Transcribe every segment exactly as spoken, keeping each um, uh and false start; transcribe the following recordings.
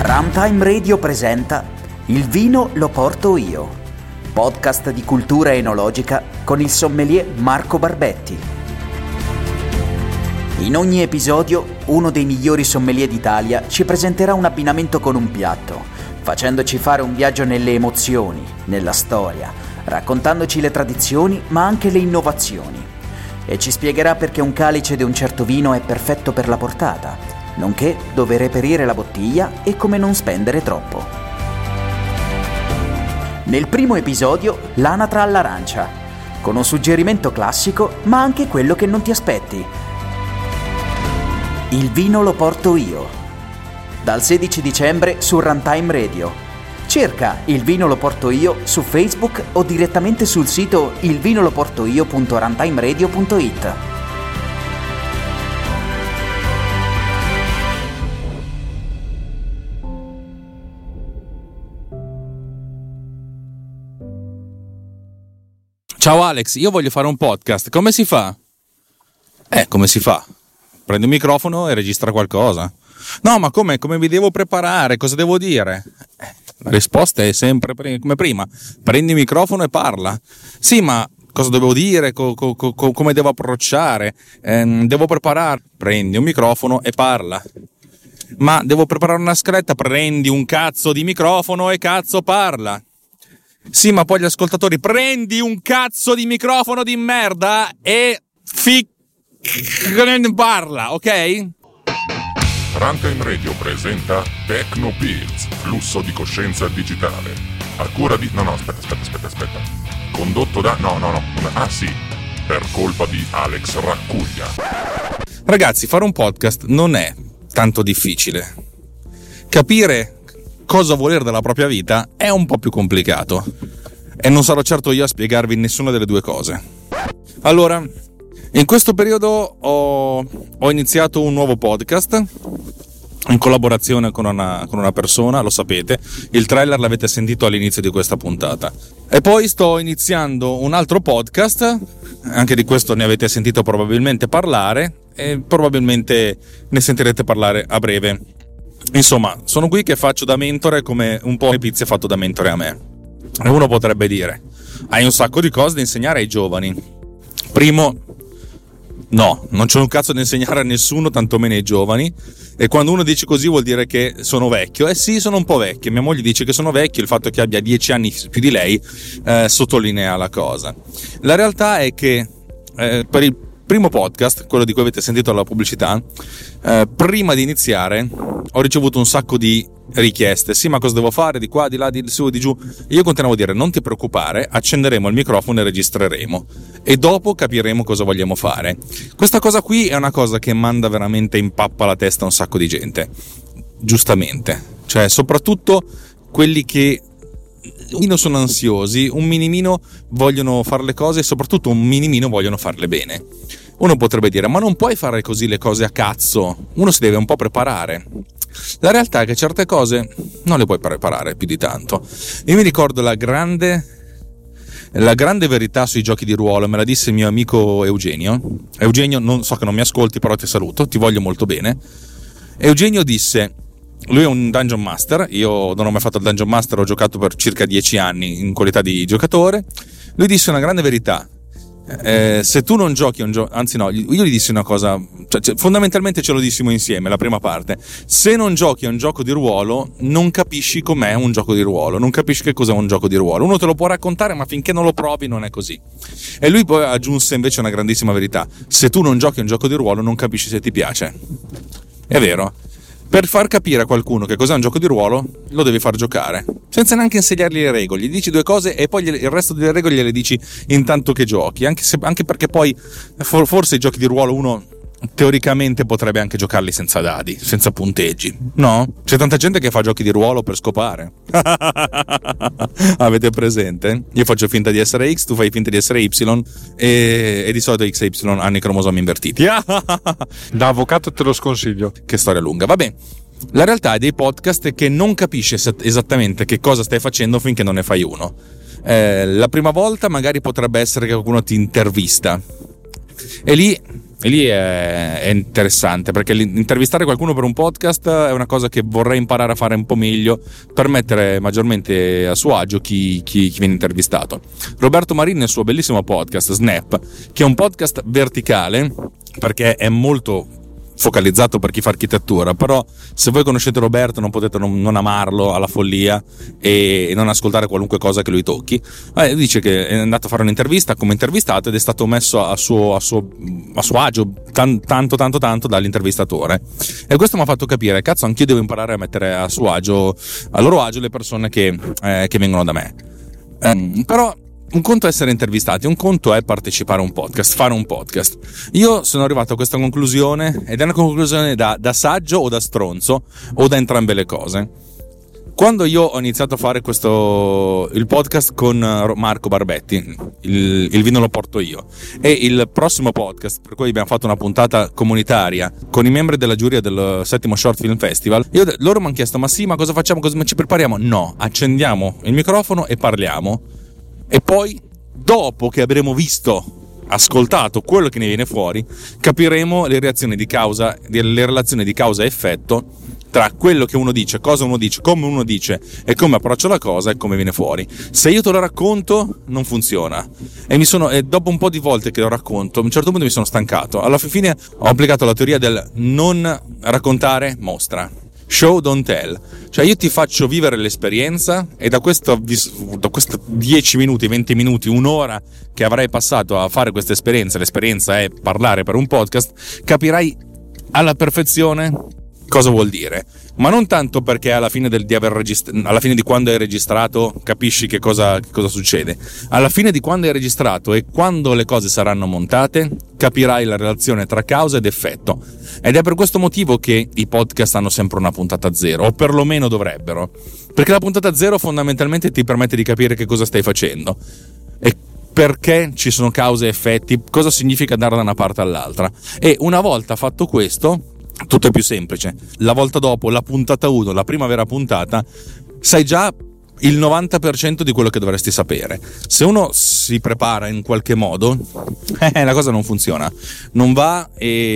Runtime Radio presenta Il vino lo porto io, podcast di cultura enologica con il sommelier Marco Barbetti. In ogni episodio uno dei migliori sommelier d'Italia ci presenterà un abbinamento con un piatto, facendoci fare un viaggio nelle emozioni, nella storia, raccontandoci le tradizioni ma anche le innovazioni. E ci spiegherà perché un calice di un certo vino è perfetto per la portata, nonché dove reperire la bottiglia e come non spendere troppo. Nel primo episodio, l'anatra all'arancia, con un suggerimento classico ma anche quello che non ti aspetti. Il vino lo porto io, dal sedici dicembre su Runtime Radio. Cerca Il vino lo porto io su Facebook o direttamente sul sito ilvinoloportoio punto runtimeradio punto it. Ciao Alex, io voglio fare un podcast, come si fa? Eh, come si fa? Prendi un microfono e registra qualcosa. No, ma come? Come mi devo preparare? Cosa devo dire? Eh, la risposta è sempre come prima. Prendi il microfono e parla. Sì, ma cosa devo dire? Co- co- co- come devo approcciare? Eh, devo preparare. Prendi un microfono e parla. Ma devo preparare una scaletta? Prendi un cazzo di microfono e cazzo parla. Sì, ma poi gli ascoltatori, prendi un cazzo di microfono di merda e fi... parla, ok? Runtime Radio presenta Techno Pills, flusso di coscienza digitale. A cura di... No, no, aspetta, aspetta, aspetta, aspetta. Condotto da... No, no, no. Ah, sì. Per colpa di Alex Raccuglia. Ragazzi, fare un podcast non è tanto difficile. Capire cosa voler dalla propria vita è un po' più complicato. E non sarò certo io a spiegarvi nessuna delle due cose. Allora... in questo periodo ho, ho iniziato un nuovo podcast in collaborazione con una, con una persona, lo sapete, il trailer l'avete sentito all'inizio di questa puntata. E poi sto iniziando un altro podcast, anche di questo ne avete sentito probabilmente parlare e probabilmente ne sentirete parlare a breve. Insomma, sono qui che faccio da mentore come un po' Pizzi ha fatto da mentore a me. E uno potrebbe dire, hai un sacco di cose da insegnare ai giovani. Primo... no, non c'è un cazzo da insegnare a nessuno, tantomeno ai giovani. E quando uno dice così vuol dire che sono vecchio. Eh sì, sono un po' vecchio. Mia moglie dice che sono vecchio, il fatto che abbia dieci anni più di lei eh, sottolinea la cosa. La realtà è che eh, per il primo podcast, quello di cui avete sentito la pubblicità, eh, prima di iniziare ho ricevuto un sacco di richieste. Sì, ma cosa devo fare? Di qua, di là, di su, di giù. Io continuavo a dire, non ti preoccupare, accenderemo il microfono e registreremo e dopo capiremo cosa vogliamo fare. Questa cosa qui è una cosa che manda veramente in pappa la testa a un sacco di gente, giustamente, cioè soprattutto quelli che un minimo sono ansiosi, un minimino vogliono fare le cose e soprattutto un minimino vogliono farle bene. Uno potrebbe dire, ma non puoi fare così le cose a cazzo, uno si deve un po' preparare. La realtà è che certe cose non le puoi preparare più di tanto. Io mi ricordo la grande la grande verità sui giochi di ruolo, me la disse il mio amico Eugenio. Eugenio, non so che non mi ascolti, però ti saluto, ti voglio molto bene. Eugenio disse, lui è un Dungeon Master, io non ho mai fatto il Dungeon Master, ho giocato per circa dieci anni in qualità di giocatore. Lui disse una grande verità. Eh, se tu non giochi un gioco, anzi no, io gli dissi una cosa, cioè, cioè, fondamentalmente ce lo dissimo insieme, la prima parte: se non giochi a un gioco di ruolo non capisci com'è un gioco di ruolo, non capisci che cos'è un gioco di ruolo. Uno te lo può raccontare, ma finché non lo provi non è così. E lui poi aggiunse invece una grandissima verità: se tu non giochi a un gioco di ruolo non capisci se ti piace. È vero. Per far capire a qualcuno che cos'è un gioco di ruolo, lo devi far giocare, senza neanche insegnargli le regole. Gli dici due cose e poi il resto delle regole gliele dici intanto che giochi, anche, se, anche perché poi for, forse i giochi di ruolo uno teoricamente potrebbe anche giocarli senza dadi, senza punteggi, no? C'è tanta gente che fa giochi di ruolo per scopare. Avete presente? Io faccio finta di essere X, tu fai finta di essere Y e, e di solito X e Y hanno i cromosomi invertiti. Da avvocato te lo sconsiglio. Che storia lunga, vabbè. La realtà è dei podcast che non capisci esattamente che cosa stai facendo finché non ne fai uno. Eh, la prima volta magari potrebbe essere che qualcuno ti intervista e lì E lì è, è interessante, perché intervistare qualcuno per un podcast è una cosa che vorrei imparare a fare un po' meglio per mettere maggiormente a suo agio chi, chi, chi viene intervistato. Roberto Marini nel suo bellissimo podcast Snap, che è un podcast verticale perché è molto focalizzato per chi fa architettura, però se voi conoscete Roberto non potete non, non amarlo alla follia e, e non ascoltare qualunque cosa che lui tocchi. Eh, dice che è andato a fare un'intervista come intervistato ed è stato messo a suo, a suo, a suo agio tan, tanto tanto tanto dall'intervistatore, e questo mi ha fatto capire, cazzo, anch'io devo imparare a mettere a suo agio, a loro agio le persone che, eh, che vengono da me. Eh, però un conto è essere intervistati, un conto è partecipare a un podcast, fare un podcast. Io sono arrivato a questa conclusione, ed è una conclusione da, da saggio o da stronzo o da entrambe le cose. Quando io ho iniziato a fare questo il podcast con Marco Barbetti, il, il vino lo porto io, e il prossimo podcast per cui abbiamo fatto una puntata comunitaria con i membri della giuria del settimo Short Film Festival, io, loro mi hanno chiesto: ma sì, ma cosa facciamo, cosa ci prepariamo? No, accendiamo il microfono e parliamo. E poi, dopo che avremo visto, ascoltato quello che ne viene fuori, capiremo le reazioni di causa, le relazioni di causa e effetto tra quello che uno dice, cosa uno dice, come uno dice e come approccia la cosa e come viene fuori. Se io te lo racconto, non funziona. E mi sono, e dopo un po' di volte che lo racconto, a un certo punto mi sono stancato. Alla fine ho applicato la teoria del non raccontare, mostra. Show, don't tell. Cioè io ti faccio vivere l'esperienza, e da questo da questi dieci minuti, venti minuti, un'ora che avrai passato a fare questa esperienza, l'esperienza è parlare per un podcast, capirai alla perfezione cosa vuol dire. Ma non tanto perché alla fine del, di aver registrato, alla fine di quando hai registrato capisci che cosa, che cosa succede. Alla fine di quando hai registrato e quando le cose saranno montate, capirai la relazione tra causa ed effetto. Ed è per questo motivo che i podcast hanno sempre una puntata zero, o perlomeno dovrebbero, perché la puntata zero fondamentalmente ti permette di capire che cosa stai facendo e perché ci sono cause e effetti, cosa significa andare da una parte all'altra. E una volta fatto questo, tutto è più semplice. La volta dopo, la puntata uno, la prima vera puntata, sai già il novanta per cento di quello che dovresti sapere. Se uno si prepara in qualche modo, eh, la cosa non funziona, non va,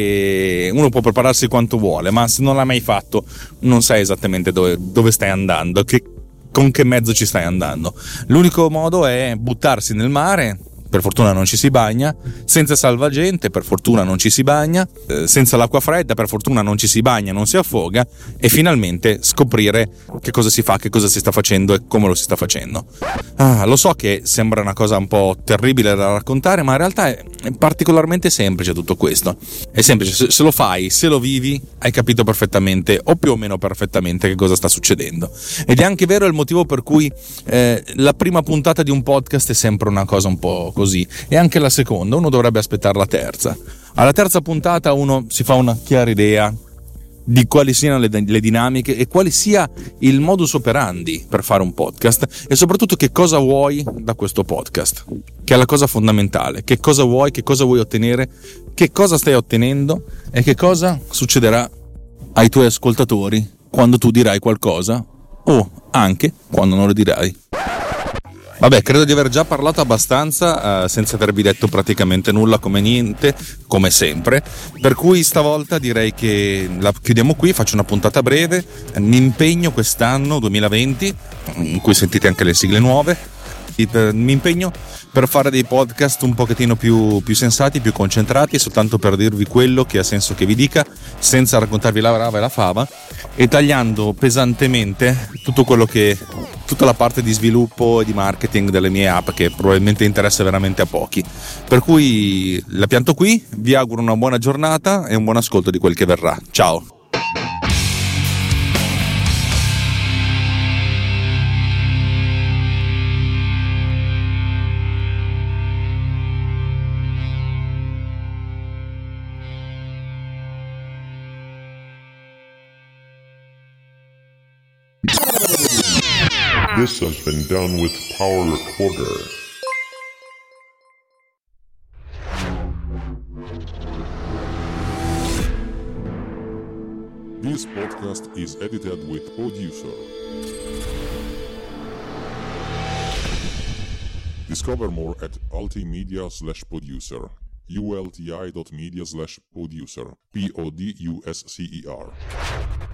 e uno può prepararsi quanto vuole, ma se non l'ha mai fatto non sai esattamente dove, dove stai andando, che, con che mezzo ci stai andando. L'unico modo è buttarsi nel mare. Per fortuna non ci si bagna, senza salvagente, per fortuna non ci si bagna, eh, senza l'acqua fredda, per fortuna non ci si bagna, non si affoga, e finalmente scoprire che cosa si fa, che cosa si sta facendo e come lo si sta facendo. Ah, lo so che sembra una cosa un po' terribile da raccontare, ma in realtà è particolarmente semplice tutto questo. È semplice, se, se lo fai, se lo vivi, hai capito perfettamente, o più o meno perfettamente, che cosa sta succedendo. Ed è anche vero il motivo per cui eh, la prima puntata di un podcast è sempre una cosa un po' così, e anche la seconda. Uno dovrebbe aspettare la terza. Alla terza puntata uno si fa una chiara idea di quali siano le, le dinamiche e quale sia il modus operandi per fare un podcast, e soprattutto che cosa vuoi da questo podcast, che è la cosa fondamentale. Che cosa vuoi, che cosa vuoi ottenere, che cosa stai ottenendo e che cosa succederà ai tuoi ascoltatori quando tu dirai qualcosa, o anche quando non lo dirai. Vabbè, credo di aver già parlato abbastanza eh, senza avervi detto praticamente nulla, come niente, come sempre, per cui stavolta direi che la chiudiamo qui. Faccio una puntata breve, mi impegno quest'anno duemilaventi, in cui sentite anche le sigle nuove, mi impegno per fare dei podcast un pochettino più, più sensati, più concentrati, soltanto per dirvi quello che ha senso che vi dica, senza raccontarvi la rava e la fava, e tagliando pesantemente tutto quello che tutta la parte di sviluppo e di marketing delle mie app, che probabilmente interessa veramente a pochi. Per cui la pianto qui, vi auguro una buona giornata e un buon ascolto di quel che verrà. Ciao. This has been done with Power Recorder. This podcast is edited with Producer. Discover more at Altimedia slash producer. ulti dot media slash producer. P O D U S C E R.